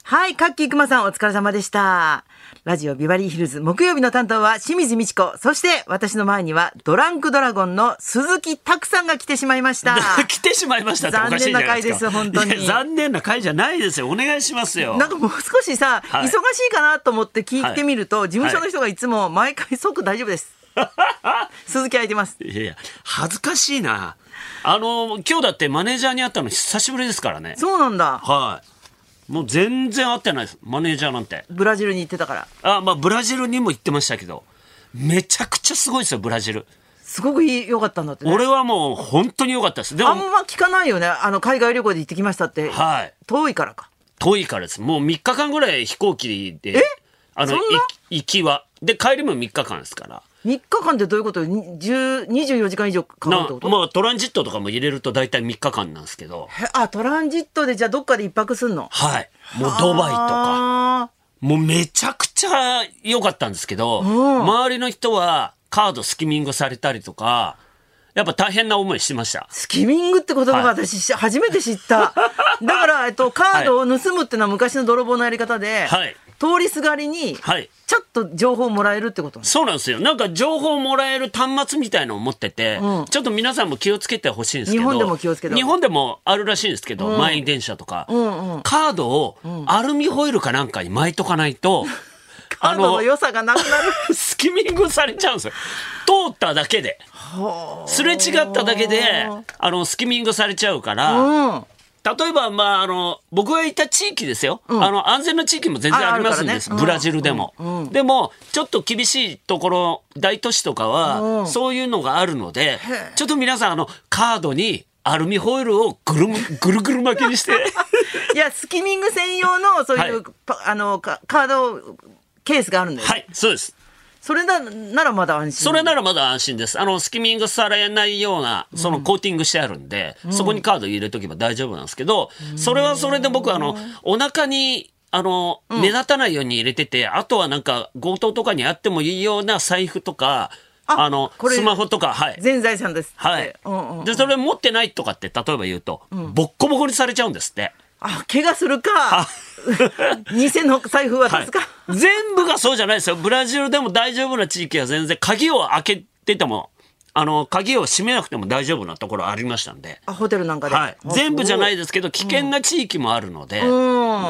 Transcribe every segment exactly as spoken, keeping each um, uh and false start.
はい、カッキーくまさんお疲れ様でした。ラジオビバリーヒルズ木曜日の担当は清水美智子。そして私の前にはドランクドラゴンの鈴木拓さんが来てしまいました。 来てしまいましたっておかしいじゃないですか。 残念な回です、本当に。 残念な回じゃないですよ。お願いしますよ。 なんかもう少しさ、はい、忙しいかなと思って聞いてみると、はい、事務所の人がいつも毎回即大丈夫です。鈴木空いてます。 いやいや、恥ずかしいな。あの、今日だってマネージャーに会ったの久しぶりですからね。 そうなんだ。 はい。もう全然会ってないです。マネージャーなんて。 ブラジルに行ってたから。 あ、まあブラジルにも行ってましたけど、めちゃくちゃすごいですよ、ブラジル。 すごくいい良かったんだってね。 俺はもう本当に良かったです。でもあんま聞かないよね。あの海外旅行で行ってきましたって。はい。遠いからか。 遠いからです。もうみっかかんぐらい飛行機で。 え？ あの行きはで帰りもみっかかんですから。 みっかかんってどういうこと？にじゅう、にじゅうよじかん以上かかるってこと？ まあトランジットとかも入れると大体みっかかんなんですけど。 あ、トランジットでじゃあどっかで一泊すんの？ はい。もうドバイとか。もうめちゃくちゃ良かったんですけど、周りの人はカードスキミングされたりとか、やっぱ大変な思いしてました。 スキミングって言葉が私、はい、初めて知った。だから、えっと、カードを盗むっていうのは昔の泥棒のやり方で、はい、通りすがりに、はい、ちょっと情報をもらえるってこと？ そうなんですよ。なんか情報をもらえる端末みたいのを持ってて、うん、ちょっと皆さんも気をつけてほしいんですけど、 日本でも気をつけて。 日本でもあるらしいんですけど、うん、満員電車とか、うんうん、カードをアルミホイルかなんかに巻いとかないと、うんカードの良さがなくなる。 スキミングされちゃうんですよ。通っただけで、すれ違っただけであのスキミングされちゃうから、うん、例えば、まあ、あの僕がいた地域ですよ、うん、あの安全な地域も全然ありますんです、ね、ブラジルでも、うんうん、でもちょっと厳しいところ大都市とかは、うん、そういうのがあるので、ちょっと皆さんあのカードにアルミホイルをぐるぐるぐる巻きにしていやスキミング専用のそういう、はい、あのカードケースがあるんだよね。 はい、そうです。 それなならまだ安心。 それならまだ安心です。あのスキミングされないようなそのコーティングしてあるんで、うん、そこにカード入れとけば大丈夫なんですけど、うん、それはそれで僕あのお腹にあの、うん、目立たないように入れてて、あとはなんか強盗とかにあってもいいような財布とかああのスマホとか、はい、 全財産ですって。 はい、うんうんうん、でそれ持ってないとかって例えば言うと、うん、ボッコボコにされちゃうんですって。 あ、怪我するか。偽の財布はですか、 はい、全部がそうじゃないですよ。ブラジルでも大丈夫な地域は全然鍵を開けててもあの鍵を閉めなくても大丈夫なところありましたんで。 あ、ホテルなんかで、 はい、全部じゃないですけど危険な地域もあるので、うん、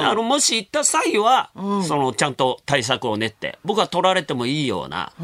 あのもし行った際は、うん、そのちゃんと対策を練って、僕は取られてもいいような、うん、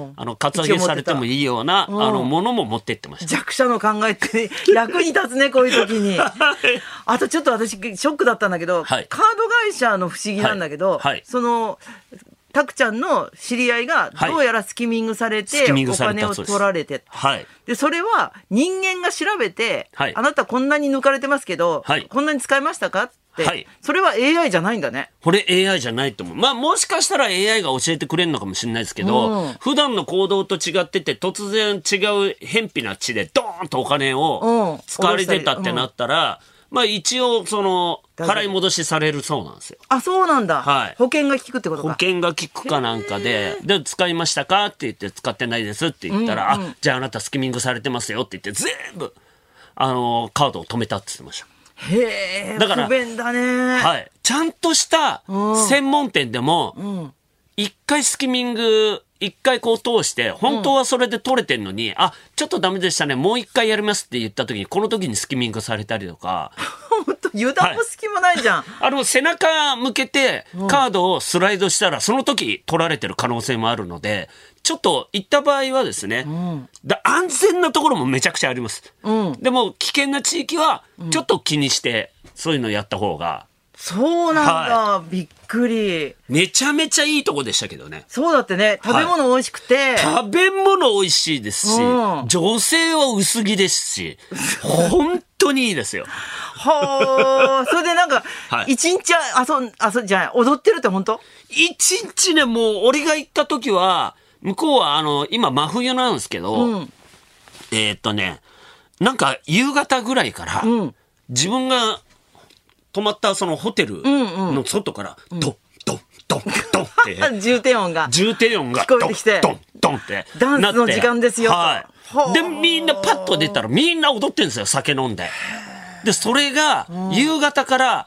あのカツアゲされてもいいような、うん、あのものも持ってってました。 弱者の考えって役に立つねこういう時に。あとちょっと私ショックだったんだけど、はい、カード会社の不思議なんだけど、はいはい、そのタクちゃんの知り合いがどうやらスキミングされてお金を取られて、はい、でそれは人間が調べて、はい、あなたこんなに抜かれてますけど、はい、こんなに使いましたかって、はい、それは エーアイ じゃないんだね。 これ エーアイ じゃないと思う。まあもしかしたら エーアイ が教えてくれるのかもしれないですけど、うん、普段の行動と違ってて突然違う偏僻な地でドーンとお金を使われてたってなったら、うんまあ一応その払い戻しされるそうなんですよ。 あ、そうなんだ。 はい。 保険が効くってことか。 保険が効くかなんかで、で使いましたかって言って使ってないですって言ったら、うんうん、あ、じゃああなたスキミングされてますよって言って全部あのカードを止めたって言ってました。 へえ。だから不便だね。 はい。ちゃんとした専門店でも一、うん、回スキミング一回こう通して本当はそれで取れてんのに、うん、あちょっとダメでしたねもう一回やりますって言った時にこの時にスキミングされたりとか本当油断も隙もないじゃん、 はい、あの背中向けてカードをスライドしたらその時取られてる可能性もあるのでちょっと行った場合はですね、うん、だ安全なところもめちゃくちゃあります、うん、でも危険な地域はちょっと気にしてそういうのやった方がそうなんだ、はい、びっくり。 めちゃめちゃいいとこでしたけどね。 そうだってね、食べ物美味しくて、 はい、食べ物美味しいですし、うん、女性は薄着ですし本当にいいですよ。 はあ、それでなんか一、はい、日遊ん遊んじゃない踊ってるって本当？ 一日ね、もう俺が行った時は向こうはあの今真冬なんですけど、うん、えー、っとねなんか夕方ぐらいから、うん、自分が泊まったそのホテルの外からドンドンドンドンって重低音が重低音が聞こえてきてドンドンってダンスの時間ですよ、 はい、でみんなパッと出たらみんな踊ってるんですよ酒飲んで。でそれが夕方から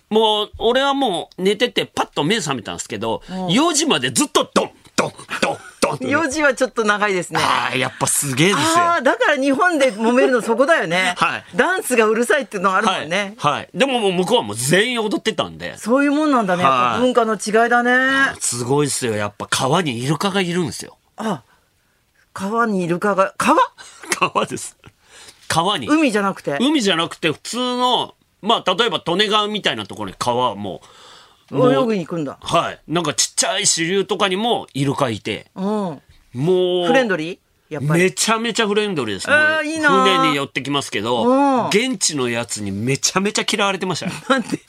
もう、俺はもう寝ててパッと目覚めたんですけど、うん、よじまでずっとドン、ドン、ドン、ドンって。 よじはちょっと長いですね。 ああ、やっぱすげえですよ。ああ、だから日本で揉めるのそこだよね。はい。ダンスがうるさいっていうのがあるもんね。 はい。はい、でももう向こうはもう全員踊ってたんで。 そういうもんなんだね。やっぱ文化の違いだね。 すごいですよ。やっぱ川にイルカがいるんですよ。 あ、川にイルカが、川川です。川に。 海じゃなくて海じゃなくて普通の、まあ例えば利根川みたいなところに川はもう泳ぎに行くんだ。 はい。なんかちっちゃい支流とかにもイルカいて、うん、もうフレンドリーやっぱりめちゃめちゃフレンドリーです。 あーいいな。 船に寄ってきますけど、うん、現地のやつにめちゃめちゃ嫌われてましたよ。 なんで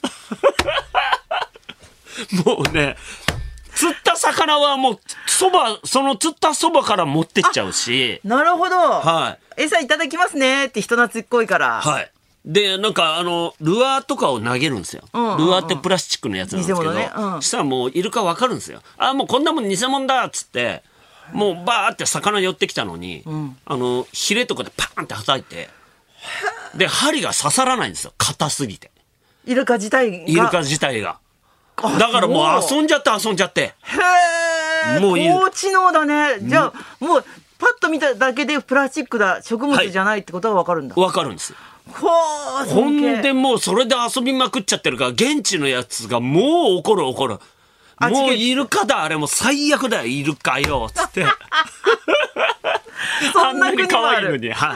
もうね、釣った魚はもうそば、その釣ったそばから持ってっちゃうし。 なるほど。 はい。 餌いただきますねって人懐っこいから。 はい。で、なんかあの、ルアーとかを投げるんですよ。うんうんうん、ルアーってプラスチックのやつなんですけど、ねうん、したらもうイルカわかるんですよ。あ、もうこんなもん偽物だっつって、もうバーって魚寄ってきたのに、うん、あの、ヒレとかでパーンって叩いて、で、針が刺さらないんですよ。硬すぎて。 イルカ自体がイルカ自体が。だからもう遊んじゃって遊んじゃって。 へー。もう高知能だね。じゃあ、もうパッと見ただけでプラスチックだ、植物じゃないってことはわかるんだ。 わ、はい、かるんです。 ほー、 ほんでもうそれで遊びまくっちゃってるから、現地のやつがもう怒る怒る。もうイルカだ、あれもう最悪だよ、イルカよ、つって。 そんな国もある。 あんなに可愛いのに、はい。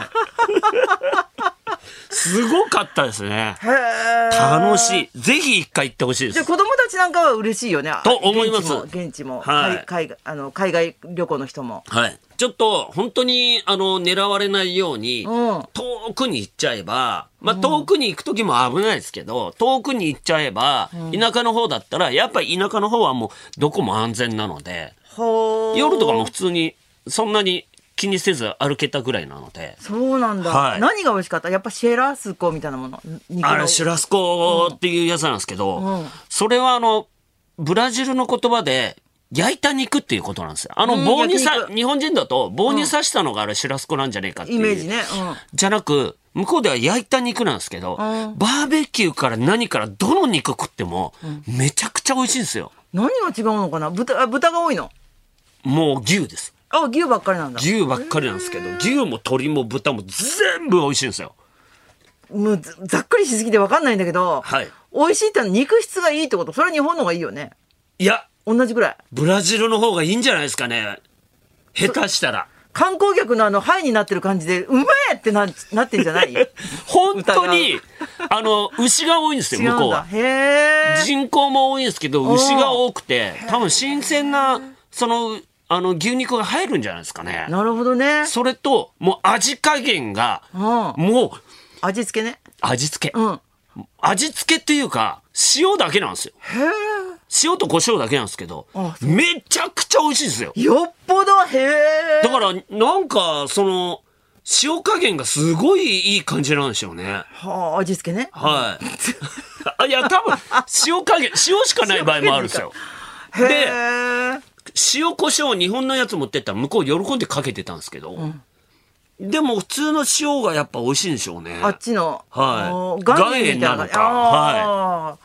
すごかったですね。楽しい。ぜひ一回行ってほしいです。 じゃあ子供たちなんかは嬉しいよね。 と思います。 現地も、現地も、はい、海外、あの海外旅行の人も。 はい。ちょっと本当にあの狙われないように、うん、遠くに行っちゃえば、まあ遠くに行く時も危ないですけど、遠くに行っちゃえば、うん、田舎の方だったらやっぱり田舎の方はもうどこも安全なので、夜とかも普通にそんなに気にせず歩けたぐらいなので。 そうなんだ、はい、何が美味しかった？やっぱシェラスコみたいなもの。 あれシェラスコっていうやつなんですけど、うん、それはあのブラジルの言葉で焼いた肉っていうことなんですよ。あの棒にさ、うん、日本人だと棒に刺したのがあれシュラスコなんじゃねえかっていう、 イメージね、うん、 じゃなく向こうでは焼いた肉なんですけど、うん、バーベキューから何からどの肉食ってもめちゃくちゃ美味しいんですよ。 何が違うのかな。 豚, 豚が多いの？ もう牛です。 あ、牛ばっかりなんだ。 牛ばっかりなんですけど、牛も鶏も豚も全部美味しいんですよ。 もうざっくりしすぎて分かんないんだけど、はい、美味しいってのは肉質がいいってこと？それは日本の方がいいよね。 いや同じぐらい。 ブラジルの方がいいんじゃないですかね、下手したら。 観光客のあのハイになってる感じでうめえってな, なってんじゃない？ 本当にあの牛が多いんですよ向こうは。 へー。 人口も多いんですけど牛が多くて、多分新鮮なそのあの牛肉が入るんじゃないですかね。 なるほどね。 それともう味加減が、うん、もう味付けね。 味付け、うん、味付けっていうか塩だけなんですよ。 へー。 塩と胡椒だけなんですけど、めちゃくちゃ美味しいですよ。 よっぽど。へー。 だからなんかその塩加減がすごいいい感じなんでしょうね。 はあ、味付けね。 はい。いや多分塩加減塩しかない場合もあるんですよ。で塩コショウ日本のやつ持ってったら向こう喜んでかけてたんですけど、うん、でも普通の塩がやっぱ美味しいんでしょうね。 あっちの、 はい、 岩塩なのか。はい、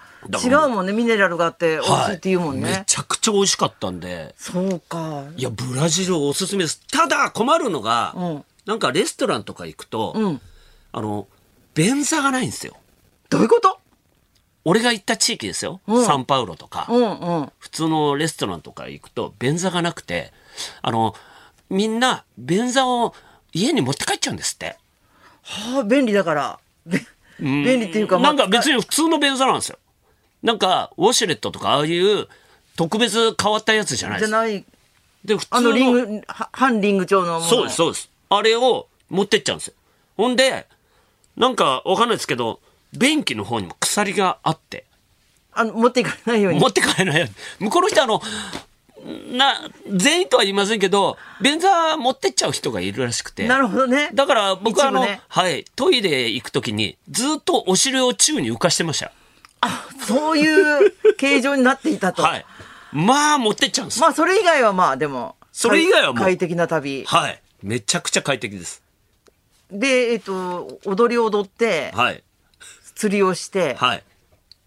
違うもんね。ミネラルがあって美味しいっていうもんね、はい、 めちゃくちゃ美味しかったんで。 そうか。 いやブラジルおすすめです。ただ困るのが、うん、なんかレストランとか行くと、うん、あの便座がないんですよ。 どういうこと？ 俺が行った地域ですよ、うん、サンパウロとか、うんうん、普通のレストランとか行くと便座がなくて、あのみんな便座を家に持って帰っちゃうんですって。 はあ、便利だから便利っていうか、 なんか別に普通の便座なんですよ。なんかウォシュレットとかああいう特別変わったやつじゃないです。 じゃないで普通のあのリング半リング調のもの。 そうですそうです。あれを持ってっちゃうんですよ。ほんでなんかわかんないですけど便器の方にも鎖があって、 あの持っていかれないように。 持ってかれないように。向こうの人あのな全員とは言いませんけど便座持ってっちゃう人がいるらしくて。 なるほどね。 だから僕はあの、ね、はい、トイレ行くときにずっとお尻を宙に浮かしてました。 あ、そういう形状になっていたと。 はい。まあ持ってっちゃうんです。 まあそれ以外はまあでもそれ以外はもう快適な旅。 はい。めちゃくちゃ快適です。 でえっと踊り踊って、はい、釣りをして、 はい、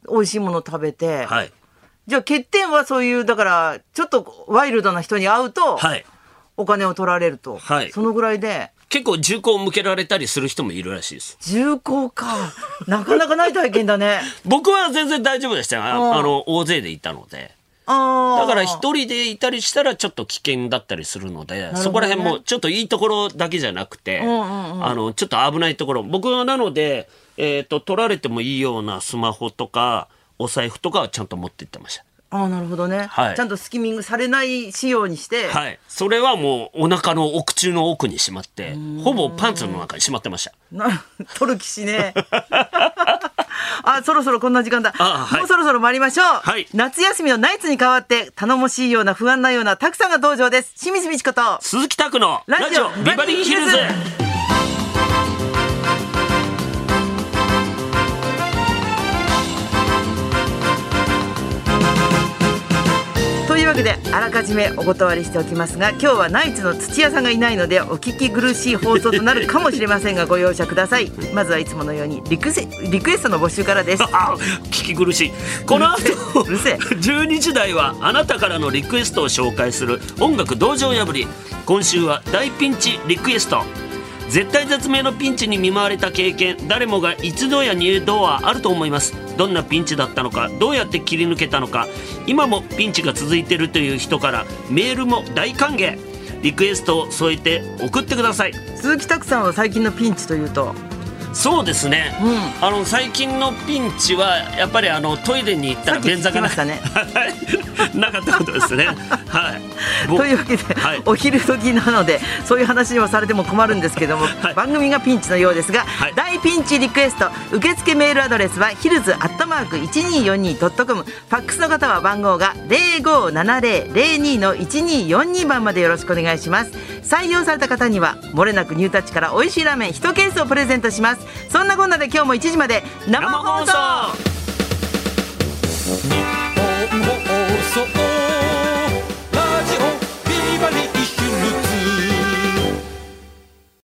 美味しいもの食べて、 はい、 じゃあ欠点はそういうだからちょっとワイルドな人に会うと、はい、お金を取られると、はい、そのぐらいで結構銃口を向けられたりする人もいるらしいです。 銃口かなかなかない体験だね僕は全然大丈夫でしたよ。あの大勢でいたので。あだから一人でいたりしたらちょっと危険だったりするので、ね、そこら辺もちょっといいところだけじゃなくて、うんうんうん、あのちょっと危ないところ僕はなので、えーと、取られてもいいようなスマホとかお財布とかはちゃんと持って行ってました。 ああなるほどね、はい、ちゃんとスキミングされない仕様にして、 はい、それはもうお腹の奥中の奥にしまってほぼパンツの中にしまってました。 な取る気しねあそろそろこんな時間だ、はい、もうそろそろ参りましょう、はい、夏休みのナイツに代わって頼もしいような不安なようなたくさんが登場です。清水美智子と鈴木拓のラジオビバリーヒルズ。 というわけであらかじめお断りしておきますが、今日はナイツの土屋さんがいないのでお聞き苦しい放送となるかもしれませんがご容赦ください。まずはいつものようにリクセリクエストの募集からです。 聞き苦しい。この後じゅうにじ台はあなたからのリクエストを紹介する音楽道場破り。今週は大ピンチリクエスト。絶体絶命のピンチに見舞われた経験、誰もが一度や二度はあると思います。どんなピンチだったのか、どうやって切り抜けたのか、今もピンチが続いているという人からメールも大歓迎。リクエストを添えて送ってください。 鈴木拓さんは最近のピンチというと？ そうですね、うん、あの最近のピンチはやっぱりあのトイレに行ったら便座が な, ね、なかったことですね、はい、 というわけで、はい、お昼時なのでそういう話をされても困るんですけども、はい、番組がピンチのようですが、はい、大ピンチリクエスト受付メールアドレスはヒルズアットマーク いちにーよんにードットコム、 ファックスの方は番号が ゼロごーななゼロ ゼロにーのいちにーよんに 番までよろしくお願いします。採用された方にはもれなくニュータッチから美味しいラーメンいちケースをプレゼントします。そんなこんなで今日もいちじまで生放送。 生放送